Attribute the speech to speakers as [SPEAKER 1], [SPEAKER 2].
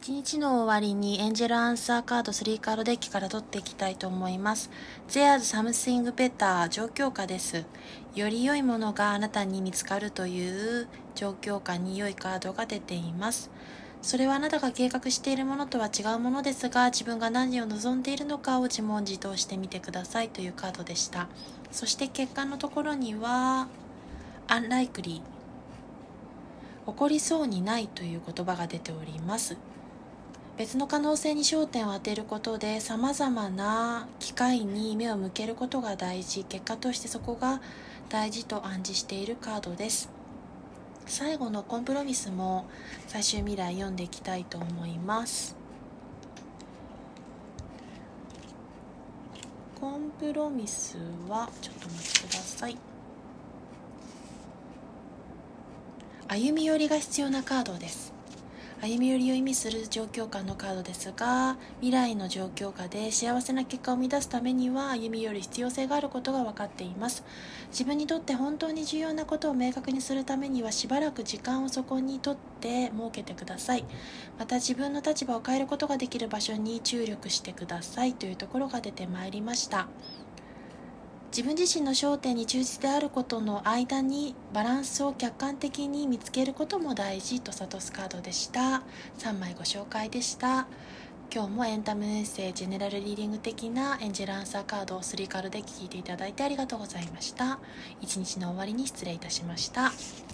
[SPEAKER 1] 1日の終わりにエンジェルアンサーカード3カードデッキから取っていきたいと思います。There's something better 状況下です。より良いものがあなたに見つかるという状況下に良いカードが出ています。それはあなたが計画しているものとは違うものですが、自分が何を望んでいるのかを自問自答してみてくださいというカードでした。そして結果のところには Unlikely 起こりそうにないという言葉が出ております。別の可能性に焦点を当てることで様々な機会に目を向けることが大事、結果としてそこが大事と暗示しているカードです。最後のコンプロミスも最終未来読んでいきたいと思います。コンプロミスはちょっとお待ちください。歩み寄りが必要なカードです。歩み寄りを意味する状況下のカードですが、未来の状況下で幸せな結果を生み出すためには歩み寄る必要性があることが分かっています。自分にとって本当に重要なことを明確にするためにはしばらく時間をそこにとって設けてください。また自分の立場を変えることができる場所に注力してくださいというところが出てまいりました。自分自身の焦点に忠実であることの間にバランスを客観的に見つけることも大事と諭すカードでした。3枚ご紹介でした。今日もエンタメメッセージ、ジェネラルリーディング的なエンジェルアンサーカードを3カードで聞いていただいてありがとうございました。一日の終わりに失礼いたしました。